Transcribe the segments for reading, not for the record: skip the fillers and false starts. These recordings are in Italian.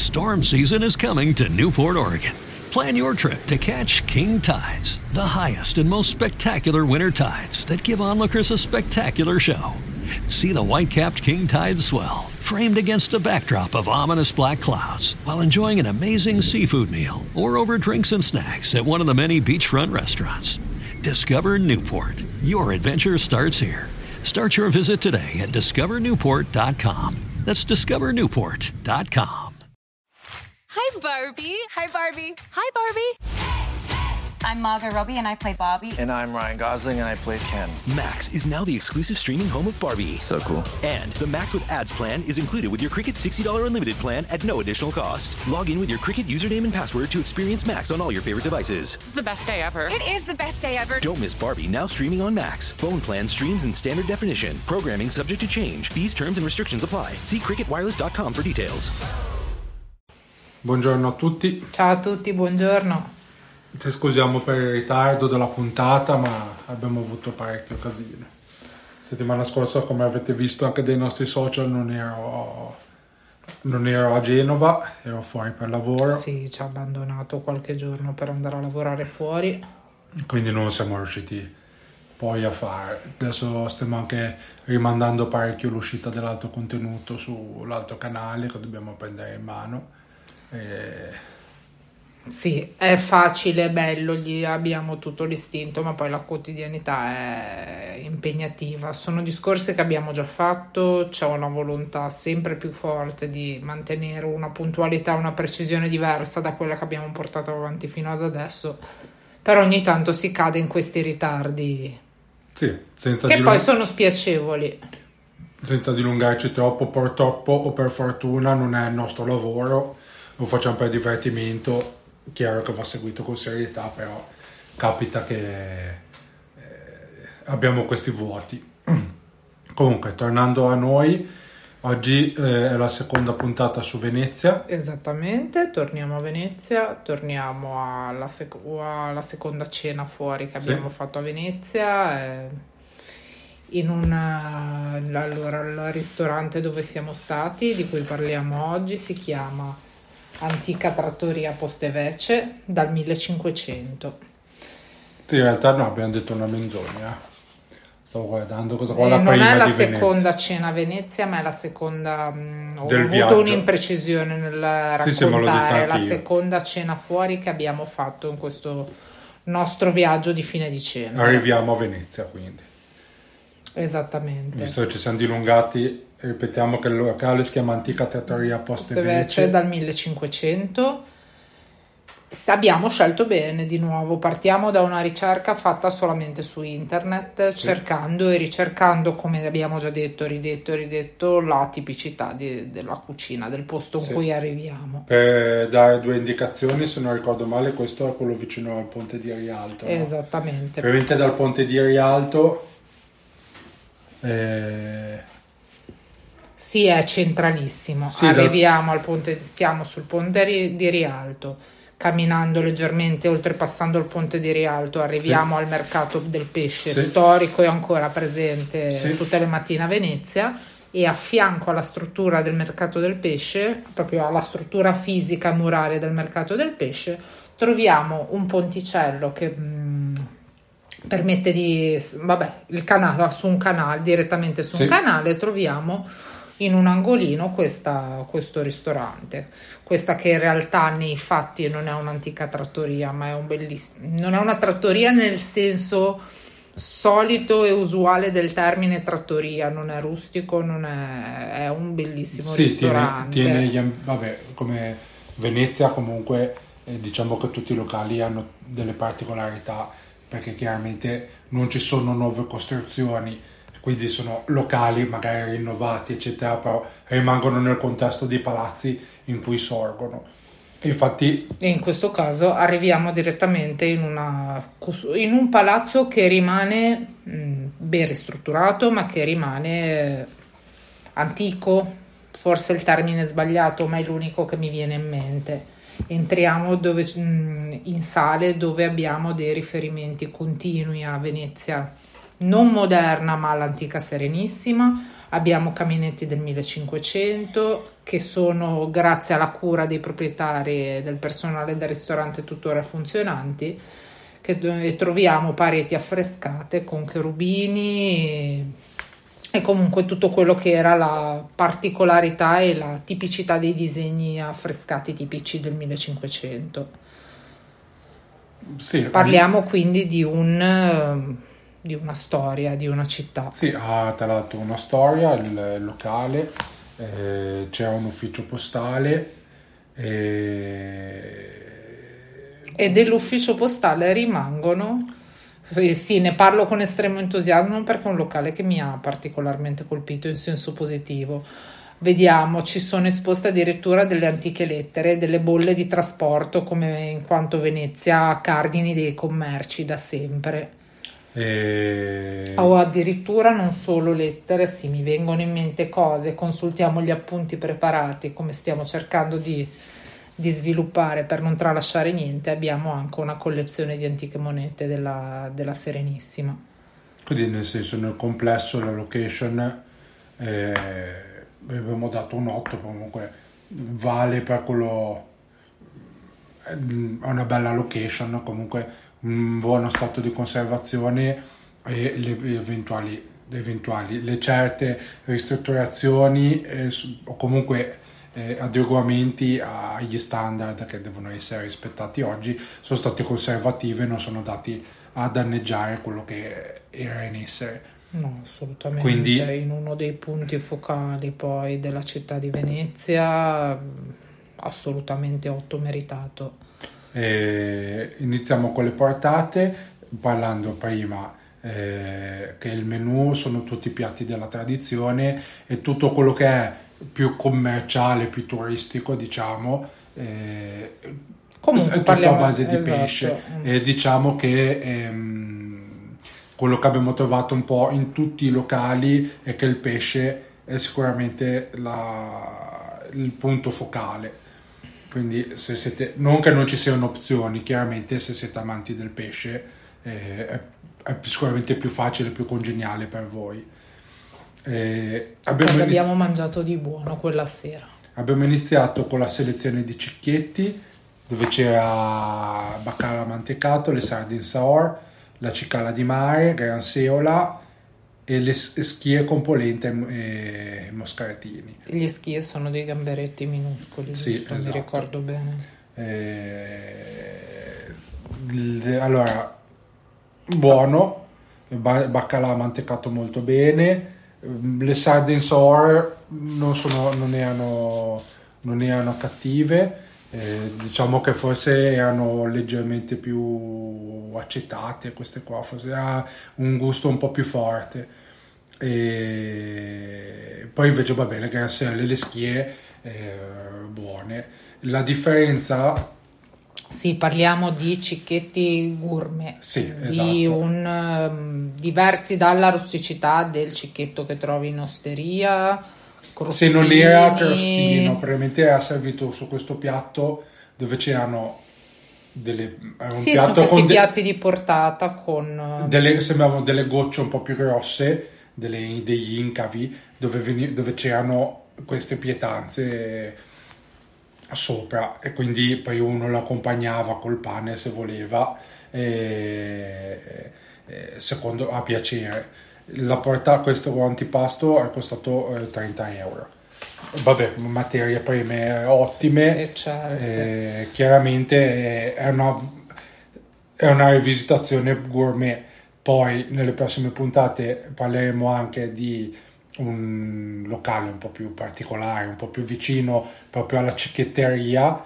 Storm season is coming to Newport, Oregon. Plan your trip to catch king tides, the highest and most spectacular winter tides that give onlookers a spectacular show. See the white-capped king tide swell, framed against a backdrop of ominous black clouds, while enjoying an amazing seafood meal or over drinks and snacks at one of the many beachfront restaurants. Discover Newport. Your adventure starts here. Start your visit today at discovernewport.com. That's discovernewport.com. Hi, Barbie. Hi, Barbie. Hi, Barbie. I'm Margot Robbie, and I play Barbie. And I'm Ryan Gosling, and I play Ken. Max is now the exclusive streaming home of Barbie. So cool. And the Max with Ads plan is included with your Cricket $60 unlimited plan at no additional cost. Log in with your Cricket username and password to experience Max on all your favorite devices. This is the best day ever. It is the best day ever. Don't miss Barbie, now streaming on Max. Phone plan streams in standard definition. Programming subject to change. Fees, terms, and restrictions apply. See cricketwireless.com for details. Buongiorno a tutti. Ciao a tutti, buongiorno. Ci scusiamo per il ritardo della puntata, ma abbiamo avuto parecchio casino. Settimana scorsa, come avete visto anche dai nostri social, non ero a Genova, ero fuori per lavoro. Sì, ci ha abbandonato qualche giorno per andare a lavorare fuori. Quindi non siamo riusciti poi a fare. Adesso stiamo anche rimandando parecchio l'uscita dell'altro contenuto sull'altro canale che dobbiamo prendere in mano. Sì, è facile, è bello, gli abbiamo tutto l'istinto, ma poi la quotidianità è impegnativa. Sono discorsi che abbiamo già fatto, c'è una volontà sempre più forte di mantenere una puntualità, una precisione diversa da quella che abbiamo portato avanti fino ad adesso, però ogni tanto si cade in questi ritardi, sì, che poi sono spiacevoli. Senza dilungarci troppo, purtroppo o per fortuna non è il nostro lavoro, lo facciamo per divertimento. Chiaro che va seguito con serietà, però capita che abbiamo questi vuoti. Comunque, tornando a noi, oggi è la seconda puntata su Venezia. Esattamente, torniamo a Venezia, torniamo alla seconda cena fuori che abbiamo fatto a Venezia. Allora, il ristorante dove siamo stati, di cui parliamo oggi, si chiama Antica Trattoria Postevece, dal 1500. Sì, in realtà no, abbiamo detto una menzogna. Stavo guardando cosa qua la non prima è la di seconda cena a Venezia, ma è la seconda. Ho del avuto viaggio. un'imprecisione nel raccontare. Sì, me l'ho detta la anch'io. seconda cena fuori che abbiamo fatto in questo nostro viaggio di fine dicembre. Arriviamo a Venezia, quindi. Esattamente. Visto che ci siamo dilungati, ripetiamo che il locale si chiama Antica Trattoria Postevece dal 1500. Abbiamo scelto bene, di nuovo partiamo da una ricerca fatta solamente su internet, cercando e ricercando, come abbiamo già detto, ridetto, la tipicità della cucina del posto in cui arriviamo. Per dare due indicazioni, se non ricordo male, questo è quello vicino al ponte di Rialto, no? Esattamente. Ovviamente dal ponte di Rialto sì, è centralissimo. Sì, arriviamo al ponte, stiamo sul ponte di Rialto, camminando leggermente, oltrepassando il ponte di Rialto, arriviamo al mercato del pesce storico e ancora presente tutte le mattine a Venezia, e a fianco alla struttura del mercato del pesce, proprio alla struttura fisica muraria del mercato del pesce, troviamo un ponticello che permette il canale, su un canale, direttamente su un canale troviamo in un angolino questo ristorante, questa che in realtà nei fatti non è un'antica trattoria, ma è non è una trattoria nel senso solito e usuale del termine trattoria, non è rustico, è un bellissimo ristorante. Come Venezia comunque diciamo che tutti i locali hanno delle particolarità, perché chiaramente non ci sono nuove costruzioni, quindi sono locali magari rinnovati eccetera, però rimangono nel contesto dei palazzi in cui sorgono. Infatti in questo caso arriviamo direttamente in un palazzo che rimane ben ristrutturato, ma che rimane antico, forse il termine è sbagliato, ma è l'unico che mi viene in mente. Entriamo in sale dove abbiamo dei riferimenti continui a Venezia non moderna, ma all'antica Serenissima. Abbiamo caminetti del 1500 che sono, grazie alla cura dei proprietari e del personale del ristorante, tuttora funzionanti, che troviamo pareti affrescate con cherubini e comunque tutto quello che era la particolarità e la tipicità dei disegni affrescati tipici del 1500. Sì, Parliamo quindi di una storia, di una città. Sì, ha tra l'altro una storia, il locale, c'è un ufficio postale E dell'ufficio postale rimangono, sì, ne parlo con estremo entusiasmo perché è un locale che mi ha particolarmente colpito in senso positivo. Vediamo, ci sono esposte addirittura delle antiche lettere, delle bolle di trasporto, come in quanto Venezia cardini dei commerci da sempre. O addirittura non solo lettere, sì, mi vengono in mente cose, consultiamo gli appunti preparati, come stiamo cercando di sviluppare per non tralasciare niente. Abbiamo anche una collezione di antiche monete della Serenissima. Quindi nel senso, nel complesso la location abbiamo dato un 8, comunque vale per quello, è una bella location, comunque un buono stato di conservazione e le certe ristrutturazioni o comunque adeguamenti agli standard che devono essere rispettati oggi sono stati conservativi e non sono dati a danneggiare quello che era in essere. No, assolutamente. Quindi, in uno dei punti focali poi della città di Venezia, assolutamente 8 meritato. Iniziamo con le portate, parlando prima che il menù sono tutti piatti della tradizione e tutto quello che è più commerciale, più turistico, diciamo, comunque è tutto a base di pesce. Esatto. Diciamo che quello che abbiamo trovato un po' in tutti i locali è che il pesce è sicuramente il punto focale. Quindi se siete, non che non ci siano opzioni, chiaramente se siete amanti del pesce è sicuramente più facile, più congeniale per voi. Cosa abbiamo mangiato di buono quella sera? Abbiamo iniziato con la selezione di cicchetti, dove c'era baccalà mantecato, le sardine sour, la cicala di mare, granseola e le schie con polenta e moscaretini. Gli schie sono dei gamberetti minuscoli, sì, giusto? esatto. Mi ricordo bene. Allora, buono, baccalà mantecato molto bene. Le sardine sour non erano cattive, diciamo che forse erano leggermente più accettate queste qua, forse ha un gusto un po' più forte. E poi invece va bene, grasselle, le schie buone. La differenza, sì, parliamo di cicchetti gourmet, sì, di esatto. Diversi dalla rusticità del cicchetto che trovi in osteria. Se non era crostino, probabilmente era servito su questo piatto dove c'erano sì, sono questi piatti di portata con sembravano delle gocce un po' più grosse, degli incavi dove c'erano queste pietanze sopra, e quindi poi uno lo accompagnava col pane se voleva, secondo a piacere. Questo antipasto è costato 30 euro. Vabbè, materie prime ottime, chiaramente è una rivisitazione gourmet. Poi nelle prossime puntate parleremo anche di un locale un po' più particolare, un po' più vicino proprio alla cicchetteria,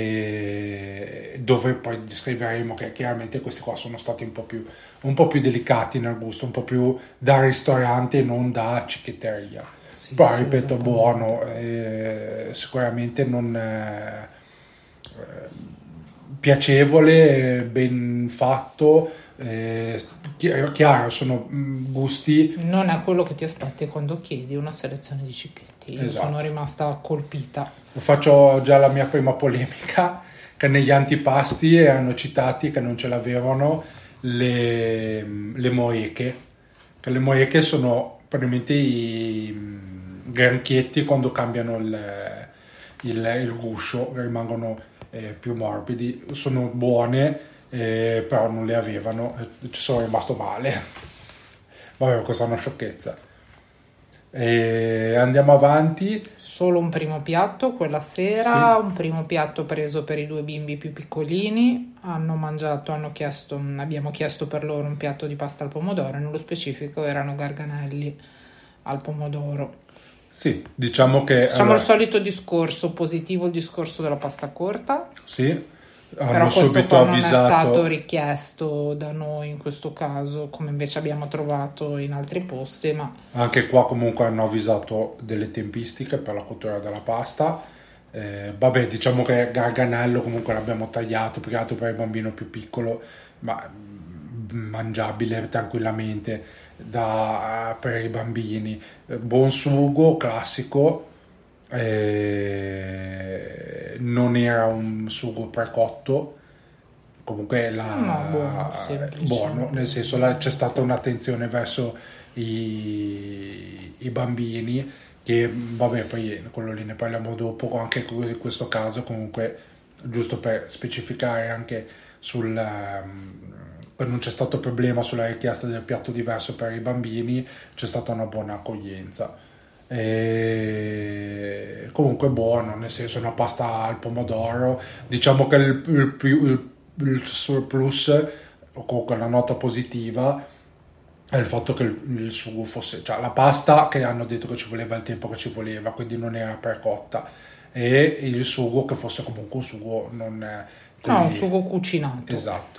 dove poi descriveremo che chiaramente questi qua sono stati un po' più delicati nel gusto, un po' più da ristorante e non da cicchetteria. Sì, poi sì, ripeto, buono, sicuramente non piacevole, ben fatto. Chiaro, sono gusti, non è quello che ti aspetti quando chiedi una selezione di cicchetti. Io esatto. Sono rimasta colpita. Faccio già la mia prima polemica, che negli antipasti erano citati che non ce l'avevano le moeche, che le moeche sono probabilmente i granchietti quando cambiano il guscio, rimangono più morbidi. Sono buone, però non le avevano, ci sono rimasto male. Vabbè, questa è una sciocchezza. Andiamo avanti. Solo un primo piatto quella sera, Sì. un primo piatto preso per i 2 bimbi più piccolini. Hanno mangiato, abbiamo chiesto per loro un piatto di pasta al pomodoro, e nello specifico erano garganelli al pomodoro. Sì, diciamo che Facciamo il solito discorso positivo, il discorso della pasta corta. sì, Però hanno questo subito qua non è avvisato. stato richiesto da noi in questo caso, come invece abbiamo trovato in altri posti, ma Anche qua comunque hanno avvisato delle tempistiche per la cottura della pasta. Vabbè, diciamo che garganello comunque l'abbiamo tagliato, piegato per il bambino più piccolo, ma mangiabile tranquillamente per i bambini. Buon sugo, classico. Non era un sugo precotto, comunque no, buono, semplice. buono, nel senso c'è stata un'attenzione verso i bambini, che vabbè, poi quello lì ne parliamo dopo. Anche in questo caso comunque, giusto per specificare anche non c'è stato problema sulla richiesta del piatto diverso per i bambini, c'è stata una buona accoglienza. Comunque buono, nel senso una pasta al pomodoro. Diciamo che il surplus, o comunque la nota positiva, è il fatto che il sugo fosse, cioè la pasta che hanno detto che ci voleva il tempo che ci voleva, quindi non era precotta, e il sugo che fosse comunque un sugo non un sugo cucinato. esatto.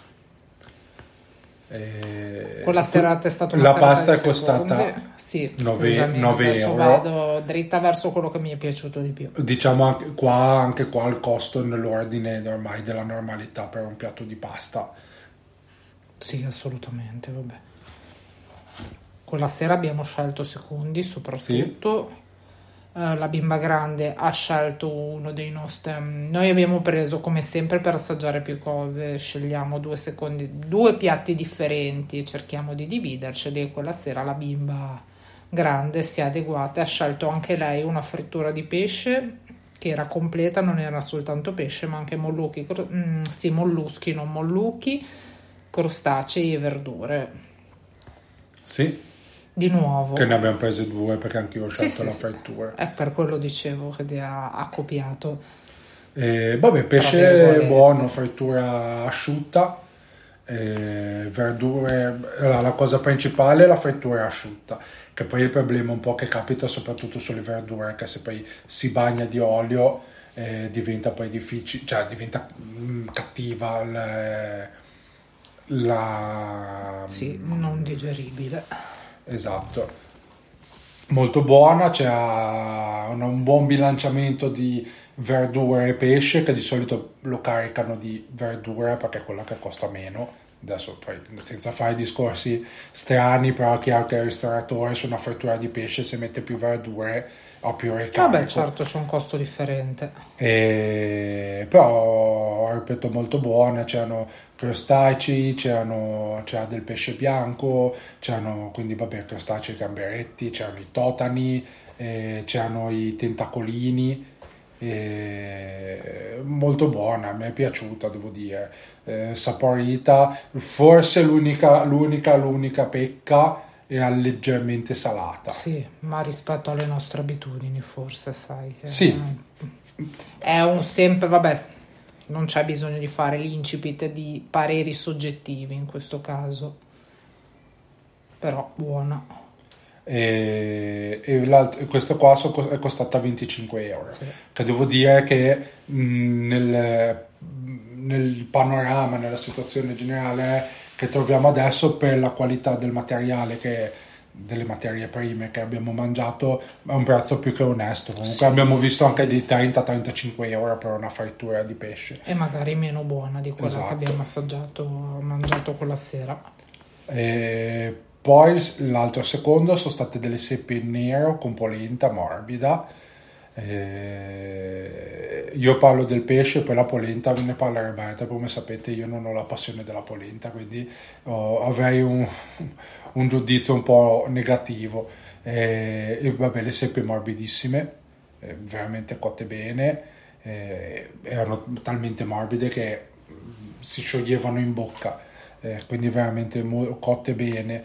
Quella serata è stata una la serata pasta di è costata seconde. Sì, 9 adesso euro. vado dritta verso quello che mi è piaciuto di più. Diciamo anche qua il costo nell'ordine ormai della normalità per un piatto di pasta. Sì, assolutamente, vabbè. Quella sera abbiamo scelto secondi soprattutto. La bimba grande ha scelto uno dei nostri. Noi abbiamo preso, come sempre, per assaggiare più cose, scegliamo 2 piatti differenti e cerchiamo di dividerceli, e quella sera la bimba grande si è adeguata e ha scelto anche lei una frittura di pesce che era completa, non era soltanto pesce ma anche molluschi, molluschi, non molluchi, crostacei e verdure. Sì, Di nuovo. che ne abbiamo prese 2 perché anche io ho scelto Sì, la sì. frittura. Per quello dicevo che ha copiato. Vabbè, pesce buono, frittura asciutta, verdure. La cosa principale è la frittura asciutta, che poi il problema un po' che capita soprattutto sulle verdure, che se poi si bagna di olio diventa poi difficile, cioè diventa cattiva Sì, non digeribile. Esatto. Molto buona, c'è un buon bilanciamento di verdure e pesce, che di solito lo caricano di verdura perché è quella che costa meno. Adesso poi, senza fare discorsi strani, però è chiaro che il ristoratore su una frittura di pesce, se mette più verdure ha più ricarico. Vabbè, certo, c'è un costo differente. Però, ripeto, molto buona. C'erano crostacei, c'era del pesce bianco, c'erano quindi vabbè crostacei e gamberetti, c'erano i totani, c'erano i tentacolini. Molto buona, mi è piaciuta, devo dire, saporita. Forse l'unica pecca era leggermente salata. Sì, ma rispetto alle nostre abitudini forse, sai che Sì. è un sempre, vabbè, non c'è bisogno di fare l'incipit di pareri soggettivi in questo caso, però buona. Questa qua è costata 25 euro, Sì. che devo dire che nel panorama, nella situazione generale che troviamo adesso, per la qualità del materiale, delle materie prime che abbiamo mangiato, è un prezzo più che onesto. Comunque abbiamo visto anche di 30-35 euro per una frittura di pesce, E magari meno buona di quella Esatto. che abbiamo mangiato quella sera. Poi l'altro secondo sono state delle seppe in nero con polenta morbida. Io parlo del pesce, poi la polenta ve ne parla Roberta. Come sapete, io non ho la passione della polenta, quindi avrei un giudizio un po' negativo. Vabbè, le seppe morbidissime, veramente cotte bene. erano talmente morbide che si scioglievano in bocca, quindi veramente cotte bene.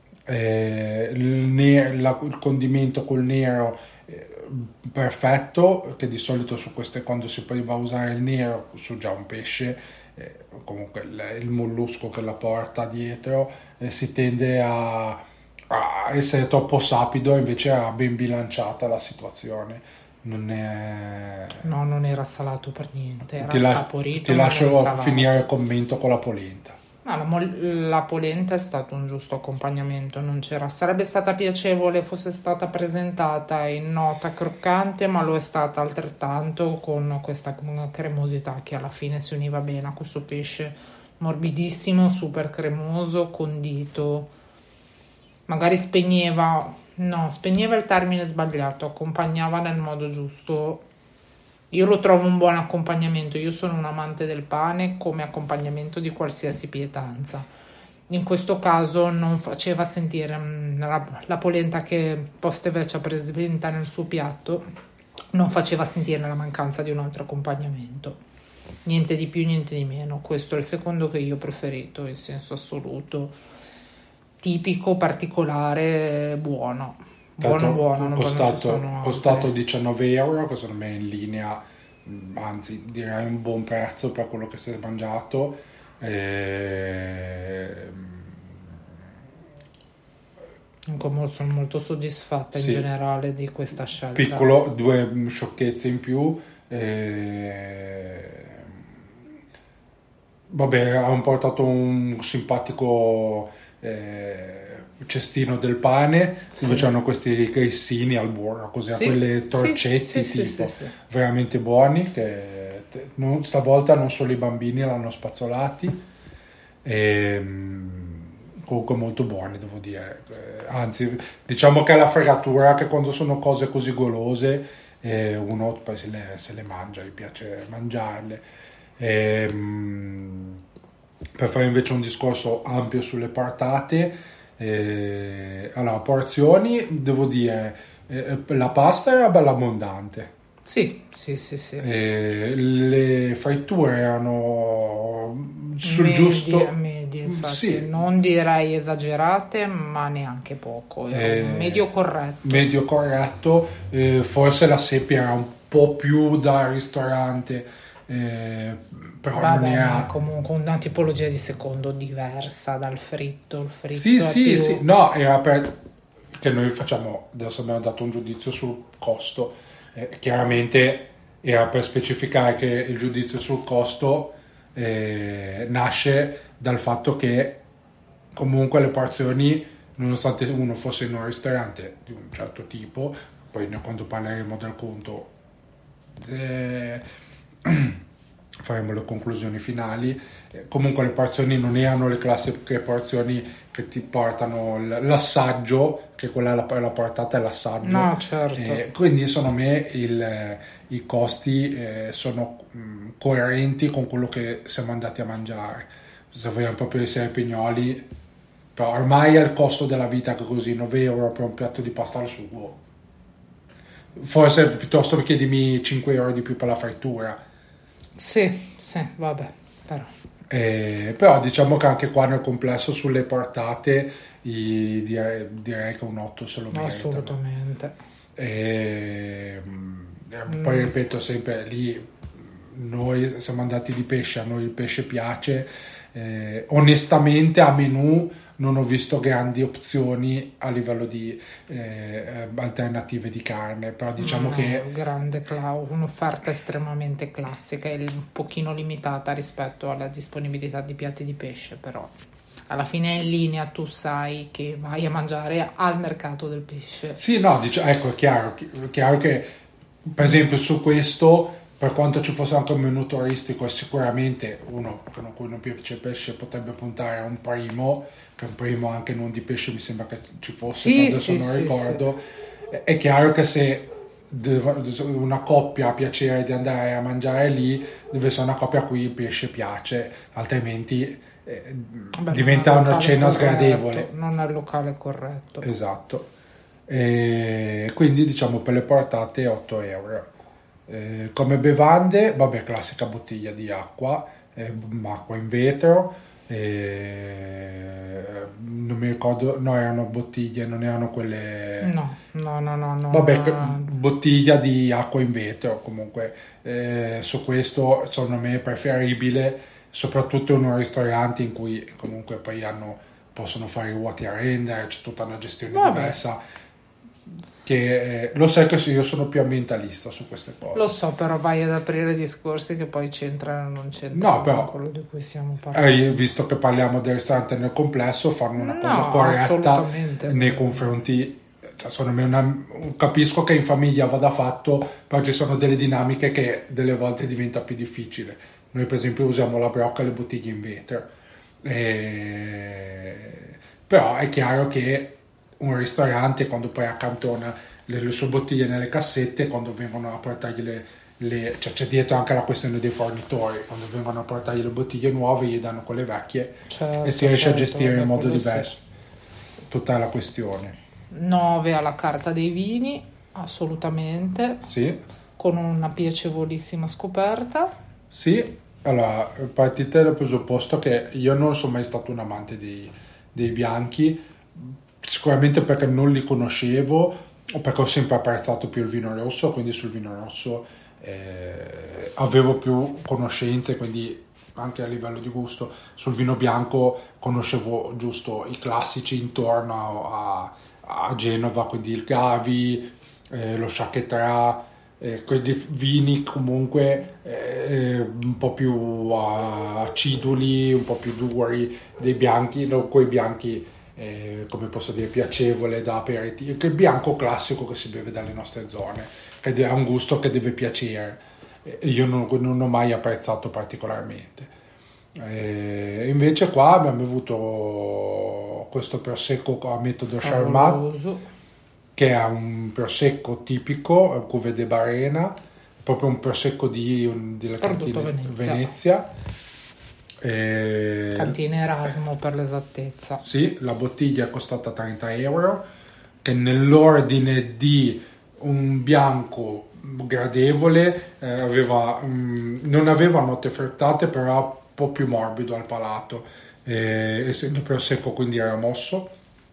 Il condimento col nero perfetto, che di solito su queste, quando si va a usare il nero su già un pesce, comunque il mollusco che la porta dietro, si tende a essere troppo sapido, invece era ben bilanciata la situazione. Non era salato per niente, era saporito. Ti lascio finire il commento con la polenta. La polenta è stato un giusto accompagnamento, sarebbe stata piacevole fosse stata presentata in nota croccante, ma lo è stata altrettanto con questa cremosità che alla fine si univa bene a questo pesce morbidissimo, super cremoso, condito. Magari spegneva il termine sbagliato, accompagnava nel modo giusto. Io lo trovo un buon accompagnamento, io sono un amante del pane come accompagnamento di qualsiasi pietanza. In questo caso non faceva sentire la polenta che Postevecchia presenta nel suo piatto, non faceva sentire la mancanza di un altro accompagnamento. Niente di più, niente di meno. Questo è il secondo che io ho preferito, in senso assoluto. Tipico, particolare, buono. Buono, costato 19 euro, che secondo me è in linea, anzi direi un buon prezzo per quello che si è mangiato. Sono molto soddisfatta in generale di questa scelta. Piccolo, 2 sciocchezze in più. Hanno portato un simpatico cestino del pane, dove c'hanno questi grissini al burro, così, quelle torcetti veramente buoni, che stavolta non solo i bambini l'hanno spazzolati, comunque molto buoni, devo dire. Anzi, diciamo che è la fregatura che quando sono cose così golose uno poi se le mangia, gli piace mangiarle. Per fare invece un discorso ampio sulle portate, allora, porzioni, devo dire, la pasta era bella abbondante. Sì. Le fritture erano sul giusto medie, infatti, non direi esagerate, ma neanche poco, era medio corretto. Forse la seppia era un po' più da ristorante, però non era comunque una tipologia di secondo diversa dal fritto. Sì, no, era che noi facciamo, adesso abbiamo dato un giudizio sul costo, chiaramente era per specificare che il giudizio sul costo nasce dal fatto che comunque le porzioni, nonostante uno fosse in un ristorante di un certo tipo, poi quando parleremo del conto faremo le conclusioni finali, comunque le porzioni non erano le classiche porzioni che ti portano l'assaggio, che quella è la portata è l'assaggio. No, certo. Quindi secondo me i costi sono coerenti con quello che siamo andati a mangiare. Se vogliamo proprio essere pignoli, però ormai è il costo della vita che così, 9 euro per un piatto di pasta al sugo. Forse piuttosto chiedimi 5 euro di più per la frittura. Sì, vabbè, però diciamo che anche qua nel complesso sulle portate direi che un 8 se lo merita. Assolutamente. Poi ripeto sempre, lì noi siamo andati di pesce, a noi il pesce piace, onestamente a menù non ho visto grandi opzioni a livello di alternative di carne, però diciamo che grande un'offerta estremamente classica e un pochino limitata rispetto alla disponibilità di piatti di pesce, però alla fine in linea tu sai che vai a mangiare al mercato del pesce. Sì, no, ecco, è chiaro che per esempio su questo, per quanto ci fosse anche un menù turistico, e sicuramente uno a cui non piace il pesce potrebbe puntare a un primo, che un primo anche non di pesce mi sembra che ci fosse, adesso non ricordo. È chiaro che se una coppia ha piacere di andare a mangiare lì, deve essere una coppia a cui il pesce piace, altrimenti diventa una cena sgradevole. Non è il locale corretto. Esatto. Quindi diciamo per le portate 8 euro. Come bevande, vabbè, classica bottiglia di acqua, acqua in vetro, non mi ricordo, no, erano bottiglie, non erano quelle... No. Vabbè, bottiglia di acqua in vetro, comunque, su questo secondo me è preferibile, soprattutto in un ristorante in cui comunque poi possono fare i vuoti a rendere, c'è tutta una gestione diversa. Che lo sai che io sono più ambientalista su queste cose. Lo so, però vai ad aprire discorsi che poi c'entrano o non c'entrano, no, però, quello di cui stiamo parlando. Visto che parliamo del ristorante nel complesso, fanno una cosa corretta nei confronti, cioè, secondo me capisco che in famiglia vada fatto, però ci sono delle dinamiche che delle volte diventa più difficile. Noi per esempio usiamo la brocca e le bottiglie in vetro, però è chiaro che un ristorante, quando poi accantona le sue bottiglie nelle cassette, quando vengono a portargli cioè c'è dietro anche la questione dei fornitori, quando vengono a portargli le bottiglie nuove gli danno quelle vecchie, e si riesce a gestire in modo diverso tutta la questione. 9 alla carta dei vini, assolutamente, sì, con una piacevolissima scoperta. Sì, allora partite dal presupposto che io non sono mai stato un amante dei bianchi, sicuramente perché non li conoscevo o perché ho sempre apprezzato più il vino rosso, quindi sul vino rosso avevo più conoscenze, quindi anche a livello di gusto. Sul vino bianco conoscevo giusto i classici intorno a Genova, quindi il Gavi, lo Chaquetrà, quei vini comunque un po' più aciduli, un po' più duri dei bianchi, quei bianchi come posso dire, piacevole da aperitivo, che è il bianco classico che si beve dalle nostre zone, che ha un gusto che deve piacere. Io non ho mai apprezzato particolarmente. Invece qua abbiamo bevuto questo prosecco a metodo Charmat, che è un prosecco tipico, Cuvée de Barena, proprio un prosecco delle cantine Venezia. Cantine Erasmo per l'esattezza. Sì, la bottiglia è costata 30 euro, che nell'ordine di un bianco gradevole, non aveva note fruttate, però un po' più morbido al palato, essendo prosecco quindi era mosso,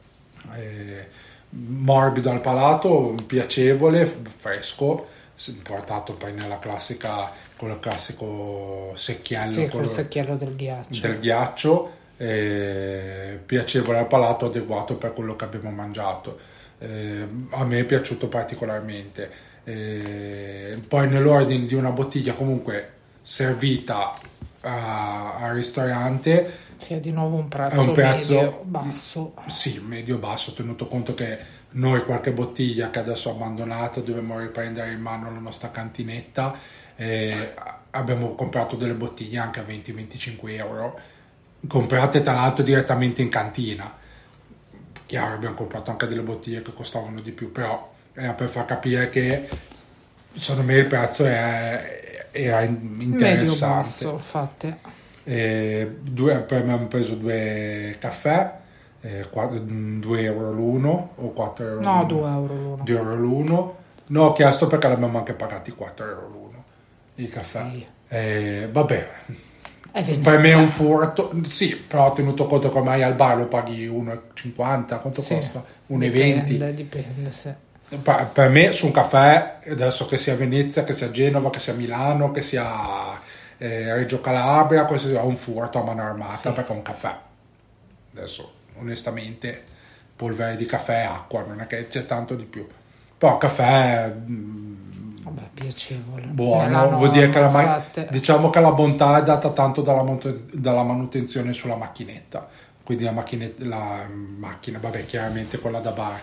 morbido al palato, piacevole, fresco, portato poi nella classica, con il classico secchiello, sì, col secchiello del ghiaccio, piacevole al palato, adeguato per quello che abbiamo mangiato. A me è piaciuto particolarmente. Poi nell'ordine di una bottiglia comunque servita al ristorante, sì, è di nuovo un prezzo medio basso. Sì, medio basso, tenuto conto che noi qualche bottiglia che adesso è abbandonata, dobbiamo riprendere in mano la nostra cantinetta, abbiamo comprato delle bottiglie anche a 20-25 euro, comprate tra l'altro direttamente in cantina. Chiaro, abbiamo comprato anche delle bottiglie che costavano di più, però per far capire che secondo me il prezzo era interessante. Medio basso, infatti. Abbiamo preso 2 caffè, 2 euro l'uno o 4 euro no, 2 euro l'uno. 2 euro l'uno. No, ho chiesto perché l'abbiamo anche pagati 4 euro l'uno il caffè. Sì. Vabbè, per me è un furto, sì, però ho tenuto conto che ormai al bar lo paghi 1,50, quanto costa? 1,20? Dipende, sì. Per me su un caffè, adesso che sia Venezia, che sia Genova, che sia Milano, che sia Reggio Calabria, questo è un furto a mano armata, sì. Perché è un caffè. Adesso, onestamente, polvere di caffè e acqua, non è che c'è tanto di più. Però caffè... Vabbè, piacevole. Buono, vuol dire che diciamo che la bontà è data tanto dalla manutenzione sulla macchinetta. Quindi la macchina, vabbè, chiaramente quella da bar.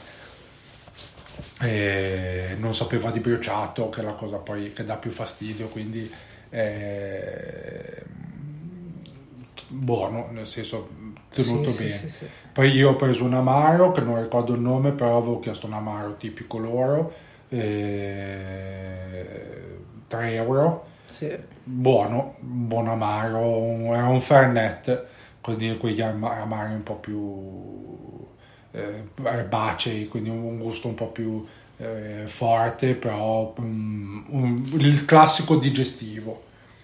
Non sapeva di bruciato, che è la cosa poi che dà più fastidio, quindi buono, nel senso tenuto bene. Sì. Poi io ho preso un amaro che non ricordo il nome, però avevo chiesto un amaro tipico loro, 3 euro. Sì. Buon amaro, era un Fernet, quindi quegli amari un po' più erbacei, quindi un gusto un po' più forte, però il classico digestivo.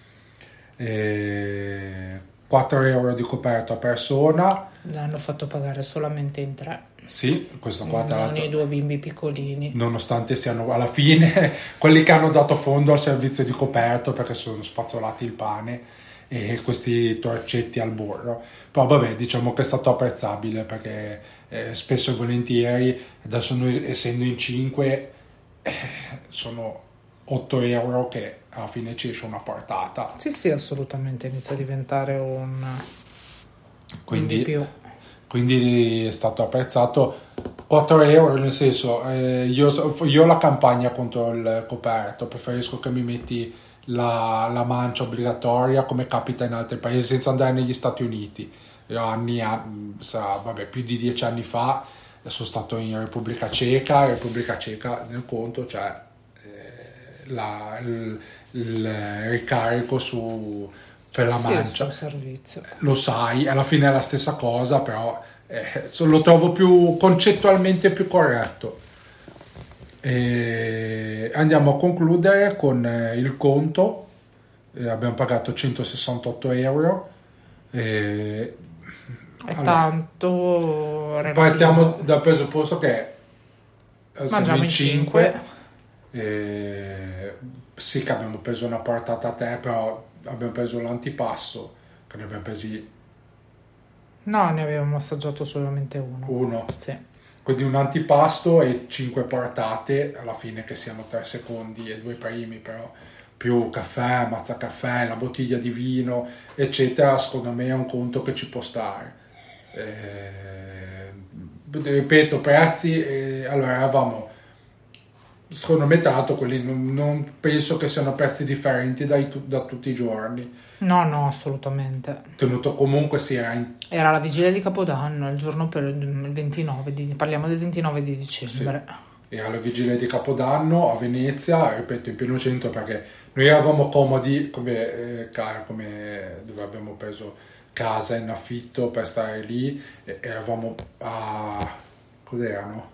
4 euro di coperto a persona. L'hanno fatto pagare solamente in 3. Sì, questo qua tra l'altro, i 2 bimbi piccolini, nonostante siano alla fine quelli che hanno dato fondo al servizio di coperto, perché sono spazzolati il pane e questi torcetti al burro. Però vabbè, diciamo che è stato apprezzabile, perché spesso e volentieri, adesso noi essendo in 5 sono 8 euro che alla fine ci esce una portata. Sì, assolutamente, inizia a diventare un quindi di più. Quindi è stato apprezzato. 4 euro, nel senso, io ho la campagna contro il coperto, preferisco che mi metti la mancia obbligatoria come capita in altri paesi, senza andare negli Stati Uniti. Io più di 10 anni fa sono stato in Repubblica Ceca nel conto c'è il ricarico per la mancia, servizio. Lo sai, alla fine è la stessa cosa, però lo trovo più concettualmente più corretto. Andiamo a concludere con il conto. Abbiamo pagato 168 euro. Tanto partiamo dal presupposto che mangiamo in 5. Sì, che abbiamo preso una portata a te, però abbiamo preso l'antipasto, che ne abbiamo presi... No, ne avevamo assaggiato solamente uno. Sì. Quindi un antipasto e 5 portate, alla fine, che siano 3 secondi e 2 primi, però più caffè, mazzacaffè, la bottiglia di vino, eccetera, secondo me è un conto che ci può stare. Ripeto, prezzi, allora eravamo... Secondo me, tra l'altro, quelli non penso che siano prezzi differenti da tutti i giorni. No, assolutamente. Tenuto comunque era la vigilia di Capodanno, il giorno per il 29 parliamo del 29 di dicembre. Sì. E alla vigilia di Capodanno a Venezia, ripeto, in pieno centro, perché noi eravamo comodi come dove abbiamo preso casa in affitto per stare lì, e eravamo a... cos'erano?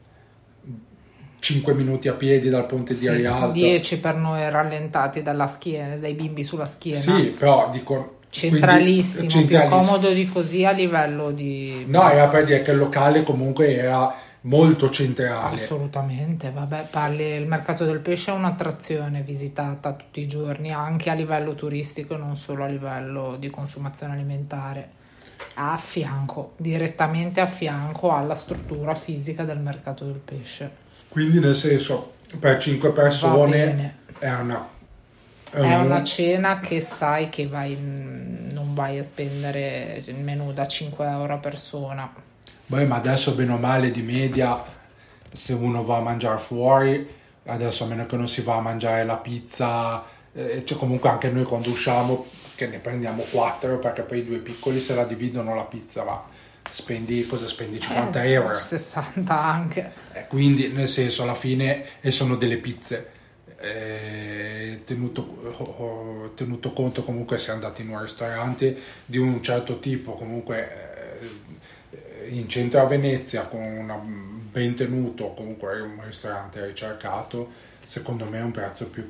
5 minuti a piedi dal ponte di Rialto, 10 per noi rallentati dalla schiena, dai bimbi sulla schiena. Sì, però dico centralissimo, più comodo di così a livello di... No, era per dire che il locale comunque era molto centrale. Assolutamente, vabbè, il mercato del pesce è un'attrazione visitata tutti i giorni, anche a livello turistico e non solo a livello di consumazione alimentare. Direttamente a fianco alla struttura fisica del mercato del pesce. Quindi, nel senso, per 5 persone è una cena che sai che non vai a spendere il menù da 5 euro a persona. Beh, ma adesso bene o male di media, se uno va a mangiare fuori, adesso a meno che non si va a mangiare la pizza, cioè comunque anche noi quando usciamo, che ne prendiamo 4, perché poi i 2 piccoli se la dividono la pizza, va. Spendi 50 euro, 60 anche, quindi nel senso alla fine sono delle pizze, tenuto conto comunque se andate in un ristorante di un certo tipo, comunque in centro a Venezia, con ben tenuto, comunque un ristorante ricercato, secondo me è un prezzo più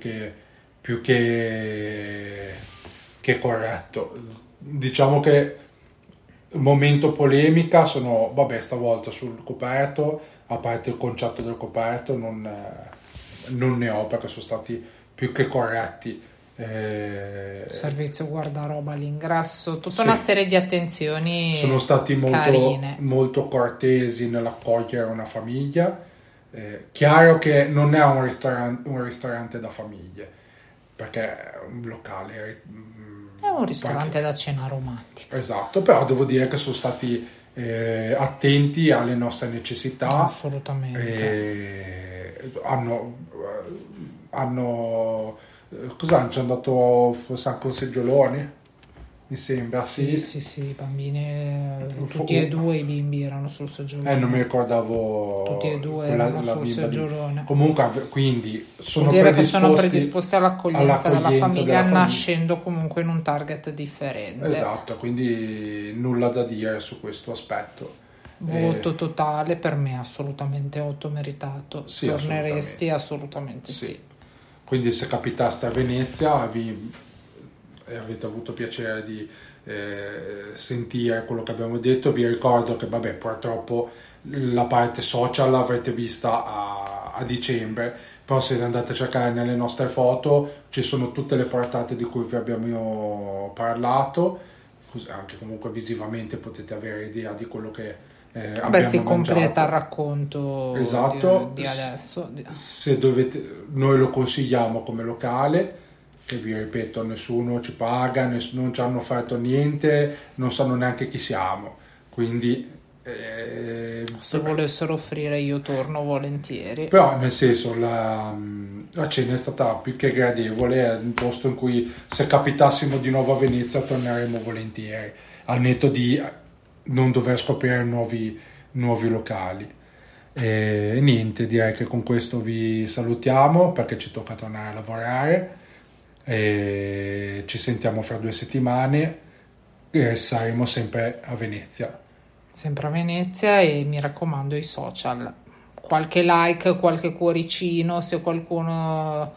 che corretto. Diciamo che il momento polemica sono, stavolta sul coperto, a parte il concetto del coperto non ne ho, perché sono stati più che corretti. Servizio guardaroba all'ingresso, tutta una serie di attenzioni, sono stati carine, molto cortesi nell'accogliere una famiglia. Chiaro che non è un ristorante da famiglie, perché è un locale, è un ristorante da cena romantica. Esatto, però devo dire che sono stati attenti alle nostre necessità. Assolutamente. Hanno cos'hanno? Ci hanno dato forse anche un seggiolone, mi sembra. Sì, i bambini, tutti e 2 i bimbi erano sul seggiolone. Non mi ricordavo. Tutti e 2 erano sul seggiolone. Comunque, quindi sono predisposti all'accoglienza della famiglia, nascendo comunque in un target differente. Esatto, quindi nulla da dire su questo aspetto. Voto totale, per me assolutamente 8 meritato. Sì, Torneresti? Assolutamente sì. Quindi se capitaste a Venezia e avete avuto piacere di sentire quello che abbiamo detto, vi ricordo che purtroppo la parte social l'avrete vista a dicembre, però se andate a cercare nelle nostre foto ci sono tutte le portate di cui vi abbiamo parlato, anche comunque visivamente potete avere idea di quello che abbiamo si mangiato. Completa il racconto. Esatto. di adesso. Se noi lo consigliamo come locale, che vi ripeto, nessuno ci paga, non ci hanno fatto niente, non sanno neanche chi siamo, quindi se volessero offrire io torno volentieri. Però nel senso la cena è stata più che gradevole, è un posto in cui se capitassimo di nuovo a Venezia torneremo volentieri, al netto di non dover scoprire nuovi locali. E niente, direi che con questo vi salutiamo perché ci tocca tornare a lavorare e ci sentiamo fra 2 settimane e saremo sempre a Venezia. Sempre a Venezia, e mi raccomando i social, qualche like, qualche cuoricino, se qualcuno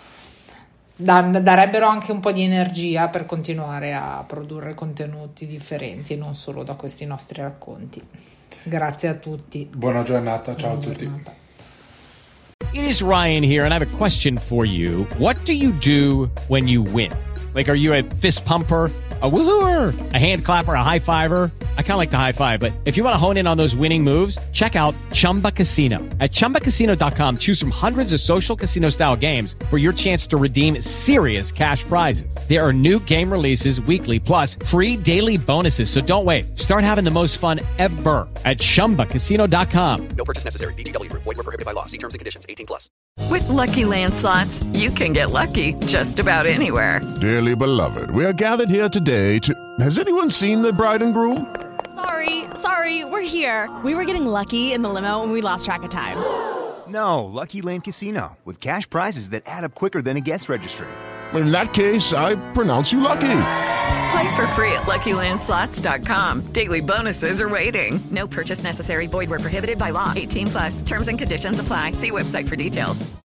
darebbero anche un po' di energia per continuare a produrre contenuti differenti e non solo da questi nostri racconti. Grazie a tutti. Buona giornata, ciao a tutti. It is Ryan here, and I have a question for you. What do you do when you win? Like, are you a fist pumper, a woohooer, a hand clapper, a high fiver? I kind of like the high five, but if you want to hone in on those winning moves, check out Chumba Casino. At ChumbaCasino.com, choose from hundreds of social casino style games for your chance to redeem serious cash prizes. There are new game releases weekly, plus free daily bonuses. So don't wait. Start having the most fun ever at ChumbaCasino.com. No purchase necessary. VGW Group. Void where prohibited by law. See terms and conditions. 18+. With Lucky Land Slots, you can get lucky just about anywhere. Dearly beloved, we are gathered here today to... Has anyone seen the bride and groom? Sorry, we're here. We were getting lucky in the limo and we lost track of time. No, Lucky Land Casino, with cash prizes that add up quicker than a guest registry. In that case, I pronounce you lucky. Play for free at LuckyLandSlots.com. Daily bonuses are waiting. No purchase necessary. Void where prohibited by law. 18+. Terms and conditions apply. See website for details.